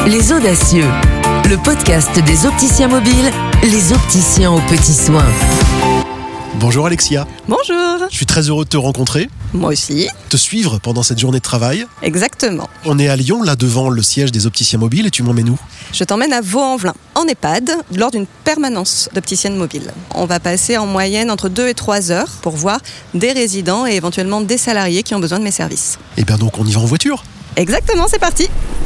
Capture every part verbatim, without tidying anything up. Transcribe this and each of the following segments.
Les Audacieux, le podcast des opticiens mobiles, les opticiens aux petits soins. Bonjour Alexia. Bonjour. Je suis très heureux de te rencontrer. Moi aussi. Te suivre pendant cette journée de travail. Exactement. On est à Lyon, là devant le siège des opticiens mobiles, et tu m'emmènes où ? Je t'emmène à Vaux-en-Velin, en EHPAD, lors d'une permanence d'opticienne mobile. On va passer en moyenne entre deux et trois heures pour voir des résidents et éventuellement des salariés qui ont besoin de mes services. Et bien donc on y va en voiture ? Exactement, c'est parti.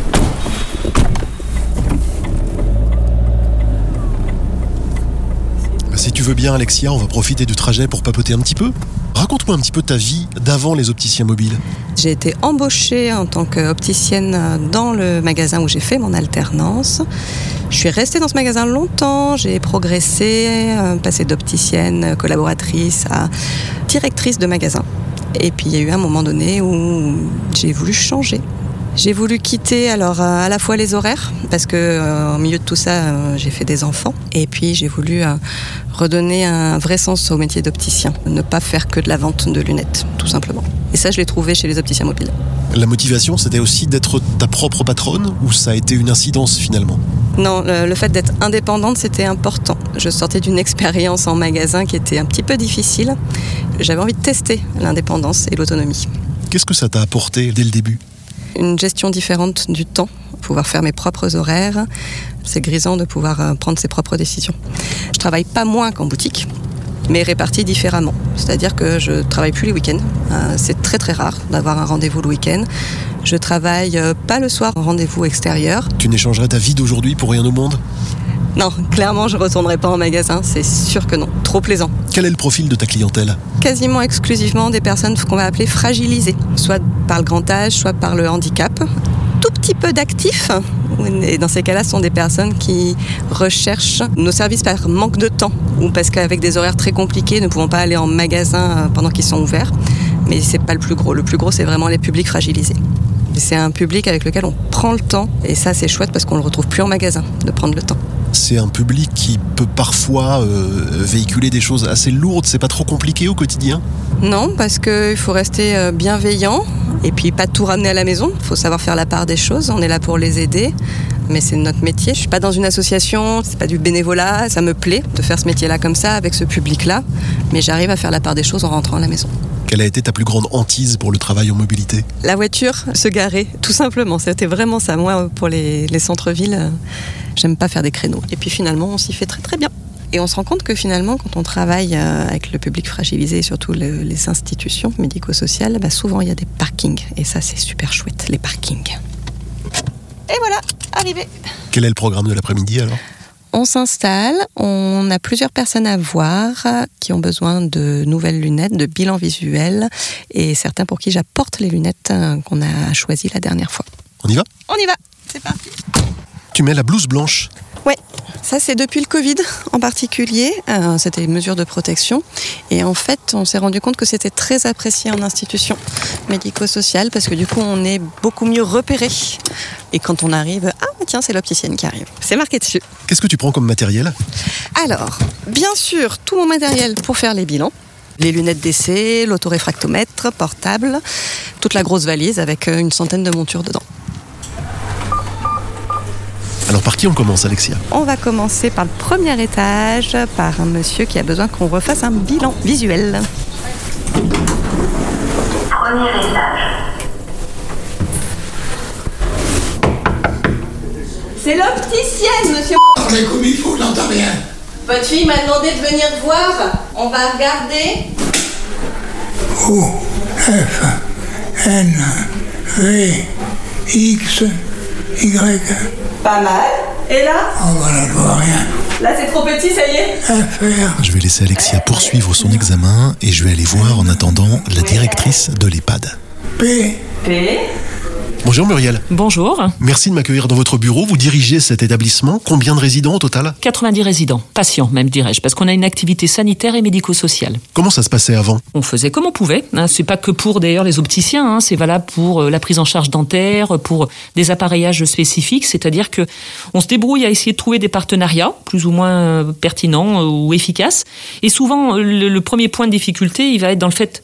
Si tu veux bien Alexia, on va profiter du trajet pour papoter un petit peu. Raconte-moi un petit peu ta vie d'avant les opticiens mobiles. J'ai été embauchée en tant qu'opticienne dans le magasin où j'ai fait mon alternance. Je suis restée dans ce magasin longtemps, j'ai progressé, passé d'opticienne, collaboratrice à directrice de magasin. Et puis il y a eu un moment donné où j'ai voulu changer. J'ai voulu quitter alors à la fois les horaires, parce que euh, au milieu de tout ça, euh, j'ai fait des enfants. Et puis j'ai voulu euh, redonner un vrai sens au métier d'opticien. Ne pas faire que de la vente de lunettes, tout simplement. Et ça, je l'ai trouvé chez les opticiens mobiles. La motivation, c'était aussi d'être ta propre patronne, ou ça a été une incidence finalement ? Non, le, le fait d'être indépendante, c'était important. Je sortais d'une expérience en magasin qui était un petit peu difficile. J'avais envie de tester l'indépendance et l'autonomie. Qu'est-ce que ça t'a apporté dès le début ? Une gestion différente du temps, pouvoir faire mes propres horaires. C'est grisant de pouvoir prendre ses propres décisions. Je travaille pas moins qu'en boutique, mais répartie différemment. C'est-à-dire que je travaille plus les week-ends. C'est très très rare d'avoir un rendez-vous le week-end. Je travaille pas le soir en rendez-vous extérieur. Tu n'échangerais ta vie d'aujourd'hui pour rien au monde ? Non, clairement, je ne retournerai pas en magasin, c'est sûr que non. Trop plaisant. Quel est le profil de ta clientèle ? Quasiment exclusivement des personnes qu'on va appeler fragilisées, soit par le grand âge, soit par le handicap. Tout petit peu d'actifs, et dans ces cas-là, ce sont des personnes qui recherchent nos services par manque de temps, ou parce qu'avec des horaires très compliqués, ne pouvons pas aller en magasin pendant qu'ils sont ouverts. Mais ce n'est pas le plus gros. Le plus gros, c'est vraiment les publics fragilisés. C'est un public avec lequel on prend le temps, et ça, c'est chouette parce qu'on ne le retrouve plus en magasin, de prendre le temps. C'est un public qui peut parfois euh, véhiculer des choses assez lourdes, c'est pas trop compliqué au quotidien ? Non, parce qu'il faut rester bienveillant et puis pas tout ramener à la maison. Il faut savoir faire la part des choses, on est là pour les aider, mais c'est notre métier. Je suis pas dans une association, c'est pas du bénévolat, ça me plaît de faire ce métier-là comme ça, avec ce public-là, mais j'arrive à faire la part des choses en rentrant à la maison. Quelle a été ta plus grande hantise pour le travail en mobilité ? La voiture, se garer, tout simplement. C'était vraiment ça. Moi, pour les, les centres-villes, j'aime pas faire des créneaux. Et puis finalement, on s'y fait très très bien. Et on se rend compte que finalement, quand on travaille avec le public fragilisé et surtout le, les institutions médico-sociales, bah souvent il y a des parkings. Et ça, c'est super chouette, les parkings. Et voilà, arrivé. Quel est le programme de l'après-midi alors ? On s'installe, on a plusieurs personnes à voir qui ont besoin de nouvelles lunettes, de bilan visuel, et certains pour qui j'apporte les lunettes qu'on a choisies la dernière fois. On y va ? On y va, c'est parti. Tu mets la blouse blanche ? Ouais, ça c'est depuis le Covid en particulier, euh, c'était une mesure de protection, et en fait on s'est rendu compte que c'était très apprécié en institution médico-sociale, parce que du coup on est beaucoup mieux repéré, et quand on arrive, ah tiens c'est l'opticienne qui arrive, c'est marqué dessus. Qu'est-ce que tu prends comme matériel ? Alors, bien sûr, tout mon matériel pour faire les bilans, les lunettes d'essai, l'autoréfractomètre portable, toute la grosse valise avec une centaine de montures dedans. Alors par qui on commence, Alexia ? On va commencer par le premier étage, par un monsieur qui a besoin qu'on refasse un bilan visuel. Premier étage. C'est l'opticienne, monsieur. Parlez comme il faut, j'entends rien. Votre fille m'a demandé de venir voir. On va regarder. O, F, N, V, X, Y. Pas mal. Et là ? Oh voilà, je vois rien. Là, c'est trop petit, ça y est ? F, R. Je vais laisser Alexia poursuivre son examen et je vais aller voir en attendant la directrice de l'EHPAD. P. P. Bonjour Muriel. Bonjour. Merci de m'accueillir dans votre bureau. Vous dirigez cet établissement. Combien de résidents au total ? quatre-vingt-dix résidents, patients même dirais-je, parce qu'on a une activité sanitaire et médico-sociale. Comment ça se passait avant ? On faisait comme on pouvait, hein. C'est pas que pour d'ailleurs les opticiens, hein. C'est valable pour euh, la prise en charge dentaire, pour des appareillages spécifiques, c'est-à-dire que on se débrouille à essayer de trouver des partenariats plus ou moins euh, pertinents euh, ou efficaces. Et souvent, le, le premier point de difficulté, il va être dans le fait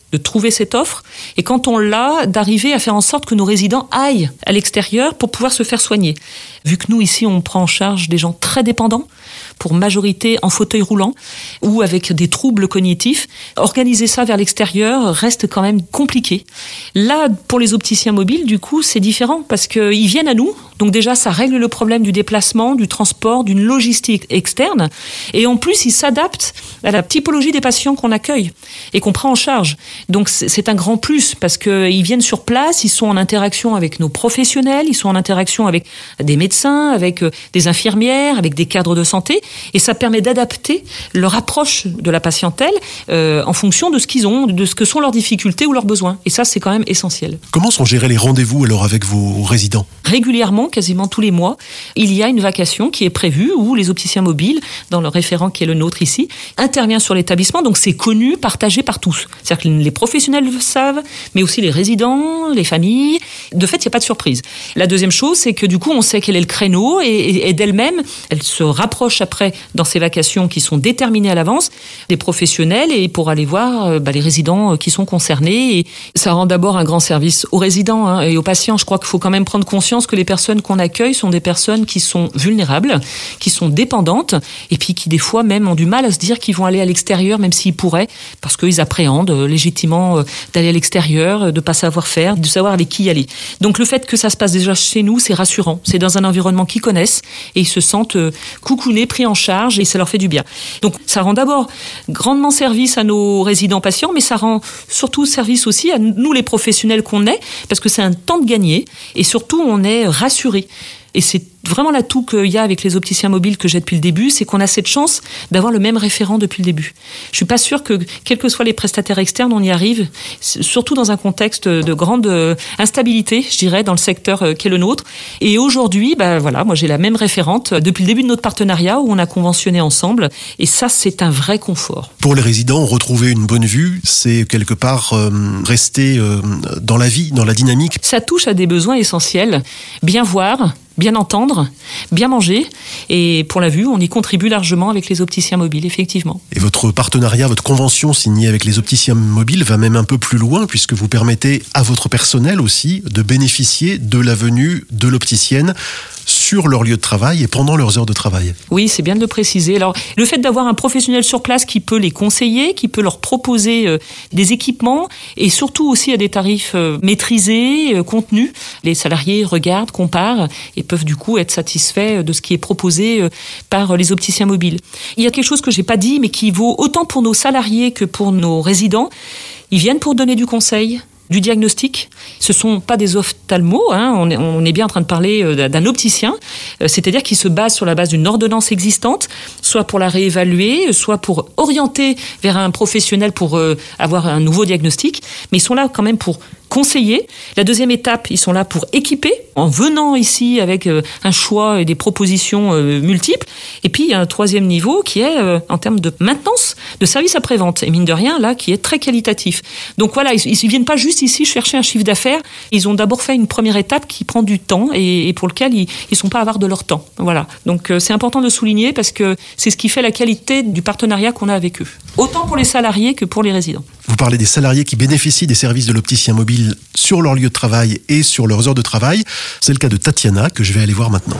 de trouver cette offre, et quand on l'a, d'arriver à faire en sorte que nos résidents aillent à l'extérieur pour pouvoir se faire soigner. Vu que nous, ici, on prend en charge des gens très dépendants, pour majorité en fauteuil roulant ou avec des troubles cognitifs, organiser ça vers l'extérieur reste quand même compliqué. Là, pour les opticiens mobiles, du coup, c'est différent parce qu'ils viennent à nous. Donc déjà, ça règle le problème du déplacement, du transport, d'une logistique externe. Et en plus, ils s'adaptent à la typologie des patients qu'on accueille et qu'on prend en charge. Donc c'est un grand plus parce qu'ils viennent sur place, ils sont en interaction avec nos professionnels, ils sont en interaction avec des médecins, avec des infirmières, avec des cadres de santé. Et ça permet d'adapter leur approche de la patientèle euh, en fonction de ce qu'ils ont, de ce que sont leurs difficultés ou leurs besoins. Et ça, c'est quand même essentiel. Comment sont gérés les rendez-vous alors avec vos résidents ? Régulièrement, quasiment tous les mois, il y a une vacation qui est prévue où les opticiens mobiles, dans le référent qui est le nôtre ici, intervient sur l'établissement. Donc c'est connu, partagé par tous. C'est-à-dire que les professionnels le savent, mais aussi les résidents, les familles. De fait, il n'y a pas de surprise. La deuxième chose, c'est que du coup, on sait quel est le créneau et, et, et d'elle-même, elle se rapproche après dans ces vacations qui sont déterminées à l'avance des professionnels et pour aller voir bah, les résidents qui sont concernés. Et ça rend d'abord un grand service aux résidents hein, et aux patients. Je crois qu'il faut quand même prendre conscience que les personnes qu'on accueille sont des personnes qui sont vulnérables, qui sont dépendantes et puis qui des fois même ont du mal à se dire qu'ils vont aller à l'extérieur même s'ils pourraient parce qu'ils appréhendent légitimement d'aller à l'extérieur, de ne pas savoir faire, de savoir avec qui y aller. Donc le fait que ça se passe déjà chez nous, c'est rassurant. C'est dans un environnement qu'ils connaissent et ils se sentent coucounés, pris en charge et ça leur fait du bien. Donc ça rend d'abord grandement service à nos résidents patients, mais ça rend surtout service aussi à nous les professionnels qu'on est, parce que c'est un temps de gagner et surtout on est rassurés. Et c'est vraiment l'atout qu'il y a avec les opticiens mobiles que j'ai depuis le début, c'est qu'on a cette chance d'avoir le même référent depuis le début. Je suis pas sûre que, quels que soient les prestataires externes, on y arrive, surtout dans un contexte de grande instabilité, je dirais, dans le secteur qui est le nôtre. Et aujourd'hui, bah voilà, moi j'ai la même référente depuis le début de notre partenariat où on a conventionné ensemble. Et ça, c'est un vrai confort. Pour les résidents, retrouver une bonne vue, c'est quelque part euh, rester euh, dans la vie, dans la dynamique. Ça touche à des besoins essentiels. Bien voir, bien entendre, bien manger. Et pour la vue, on y contribue largement avec les opticiens mobiles, effectivement. Et votre partenariat, votre convention signée avec les opticiens mobiles va même un peu plus loin puisque vous permettez à votre personnel aussi de bénéficier de la venue de l'opticienne sur leur lieu de travail et pendant leurs heures de travail. Oui, c'est bien de le préciser. Alors, le fait d'avoir un professionnel sur place qui peut les conseiller, qui peut leur proposer euh, des équipements et surtout aussi à des tarifs euh, maîtrisés, euh, contenus. Les salariés regardent, comparent et peuvent du coup être satisfaits de ce qui est proposé euh, par les opticiens mobiles. Il y a quelque chose que j'ai pas dit, mais qui vaut autant pour nos salariés que pour nos résidents. Ils viennent pour donner du conseil, du diagnostic. Ce sont pas des ophtalmos, hein. on, est, on est bien en train de parler d'un opticien, c'est-à-dire qui se base sur la base d'une ordonnance existante, soit pour la réévaluer, soit pour orienter vers un professionnel pour euh, avoir un nouveau diagnostic, mais ils sont là quand même pour conseiller. La deuxième étape, ils sont là pour équiper, en venant ici avec euh, un choix et des propositions euh, multiples. Et puis, il y a un troisième niveau qui est euh, en termes de maintenance, de service après-vente. Et mine de rien, là, qui est très qualitatif. Donc voilà, ils ne viennent pas juste ici chercher un chiffre d'affaires. Ils ont d'abord fait une première étape qui prend du temps et, et pour lequel ils ne sont pas avares de leur temps. Voilà. Donc euh, c'est important de le souligner parce que c'est ce qui fait la qualité du partenariat qu'on a avec eux. Autant pour les salariés que pour les résidents. Vous parlez des salariés qui bénéficient des services de l'opticien mobile sur leur lieu de travail et sur leurs heures de travail. C'est le cas de Tatiana que je vais aller voir maintenant.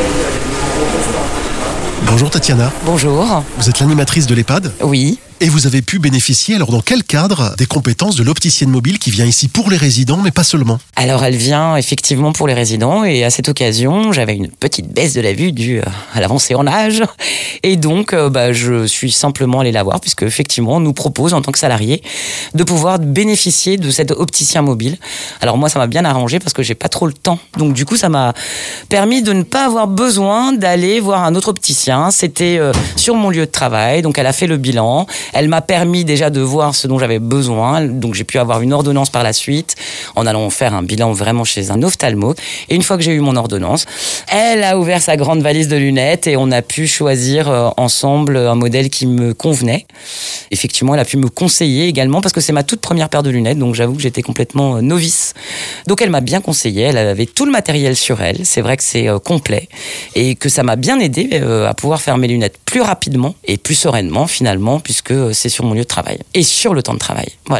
Bonjour Tatiana. Bonjour. Vous êtes l'animatrice de l'EHPAD ? Oui. Et vous avez pu bénéficier, alors dans quel cadre, des compétences de l'opticienne mobile qui vient ici pour les résidents, mais pas seulement ? Alors elle vient effectivement pour les résidents et à cette occasion, j'avais une petite baisse de la vue due à l'avancée en âge. Et donc, bah, je suis simplement allée la voir puisque effectivement, on nous propose en tant que salarié de pouvoir bénéficier de cet opticien mobile. Alors moi, ça m'a bien arrangé parce que j'ai pas trop le temps. Donc du coup, ça m'a permis de ne pas avoir besoin d'aller voir un autre opticien. C'était euh, sur mon lieu de travail. Donc elle a fait le bilan. Elle m'a permis déjà de voir ce dont j'avais besoin, donc j'ai pu avoir une ordonnance par la suite, en allant faire un bilan vraiment chez un ophtalmo. Et une fois que j'ai eu mon ordonnance, elle a ouvert sa grande valise de lunettes et on a pu choisir ensemble un modèle qui me convenait. Effectivement, elle a pu me conseiller également, parce que c'est ma toute première paire de lunettes, donc j'avoue que j'étais complètement novice. Donc elle m'a bien conseillé, elle avait tout le matériel sur elle, c'est vrai que c'est complet, et que ça m'a bien aidé à pouvoir faire mes lunettes plus rapidement et plus sereinement finalement, puisque c'est sur mon lieu de travail et sur le temps de travail. Voilà.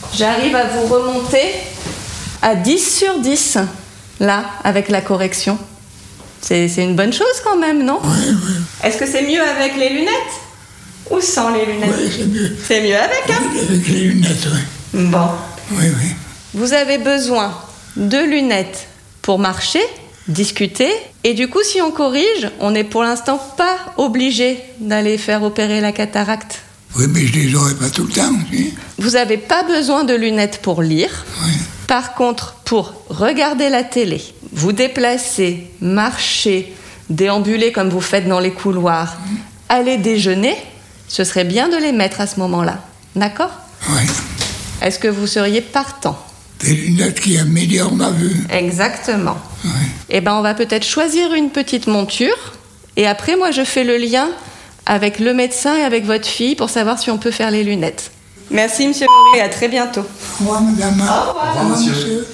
j'arrive à vous remonter à dix sur dix, là, avec la correction. C'est, c'est une bonne chose quand même, non ? Oui, oui. Est-ce que c'est mieux avec les lunettes ou sans les lunettes ? Oui, c'est mieux. C'est mieux avec, hein ? Avec les lunettes, oui. Bon. Oui, oui. Vous avez besoin de lunettes pour marcher, discuter, et du coup, si on corrige, on n'est pour l'instant pas obligé d'aller faire opérer la cataracte. Oui, mais je les aurai pas tout le temps aussi. Vous n'avez pas besoin de lunettes pour lire. Oui. Par contre, pour regarder la télé, vous déplacer, marcher, déambuler comme vous faites dans les couloirs, mmh. aller déjeuner, ce serait bien de les mettre à ce moment-là. D'accord ? Oui. Est-ce que vous seriez partant ? Des lunettes qui améliorent ma vue. Exactement. Oui. Eh bien, on va peut-être choisir une petite monture. Et après, moi, je fais le lien avec le médecin et avec votre fille pour savoir si on peut faire les lunettes. Merci, monsieur Mouret. À très bientôt. Au revoir, madame. Au revoir, Au revoir monsieur. monsieur.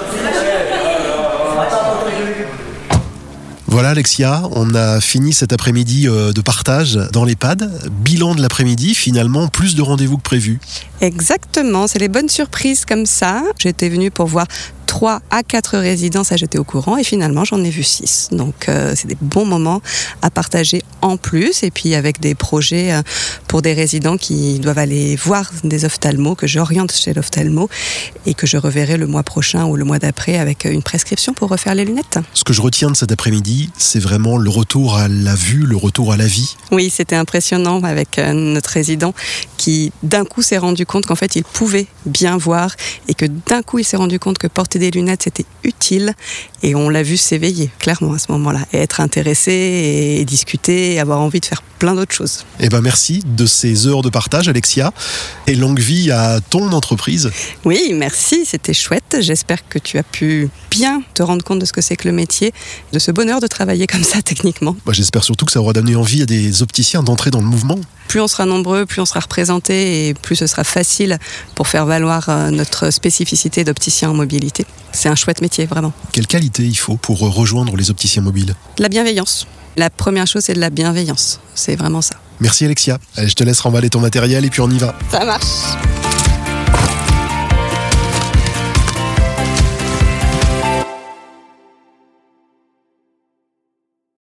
Voilà Alexia, on a fini cet après-midi de partage dans l'EHPAD. Bilan de l'après-midi, finalement, plus de rendez-vous que prévu. Exactement, c'est les bonnes surprises comme ça. J'étais venue pour voir trois à quatre résidents, ça j'étais au courant, et finalement j'en ai vu six. Donc euh, c'est des bons moments à partager en plus, et puis avec des projets euh, pour des résidents qui doivent aller voir des ophtalmos, que j'oriente chez l'ophtalmo, et que je reverrai le mois prochain ou le mois d'après avec une prescription pour refaire les lunettes. Ce que je retiens de cet après-midi, c'est vraiment le retour à la vue, le retour à la vie. Oui, c'était impressionnant avec euh, notre résident qui d'un coup s'est rendu compte qu'en fait il pouvait bien voir, et que d'un coup il s'est rendu compte que porter des lunettes c'était utile, et on l'a vu s'éveiller clairement à ce moment-là, et être intéressé et discuter et avoir envie de faire plein d'autres choses. Eh ben merci de ces heures de partage Alexia, et longue vie à ton entreprise. Oui, merci, c'était chouette. J'espère que tu as pu bien te rendre compte de ce que c'est que le métier, de ce bonheur de travailler comme ça techniquement. Bah, j'espère surtout que ça aura donné envie à des opticiens d'entrer dans le mouvement. Plus on sera nombreux, plus on sera représenté, et plus ce sera facile pour faire valoir notre spécificité d'opticien en mobilité. C'est un chouette métier, vraiment. Quelle qualité il faut pour rejoindre les opticiens mobiles ? De la bienveillance. La première chose, c'est de la bienveillance. C'est vraiment ça. Merci Alexia. Allez, je te laisse remballer ton matériel et puis on y va. Ça marche.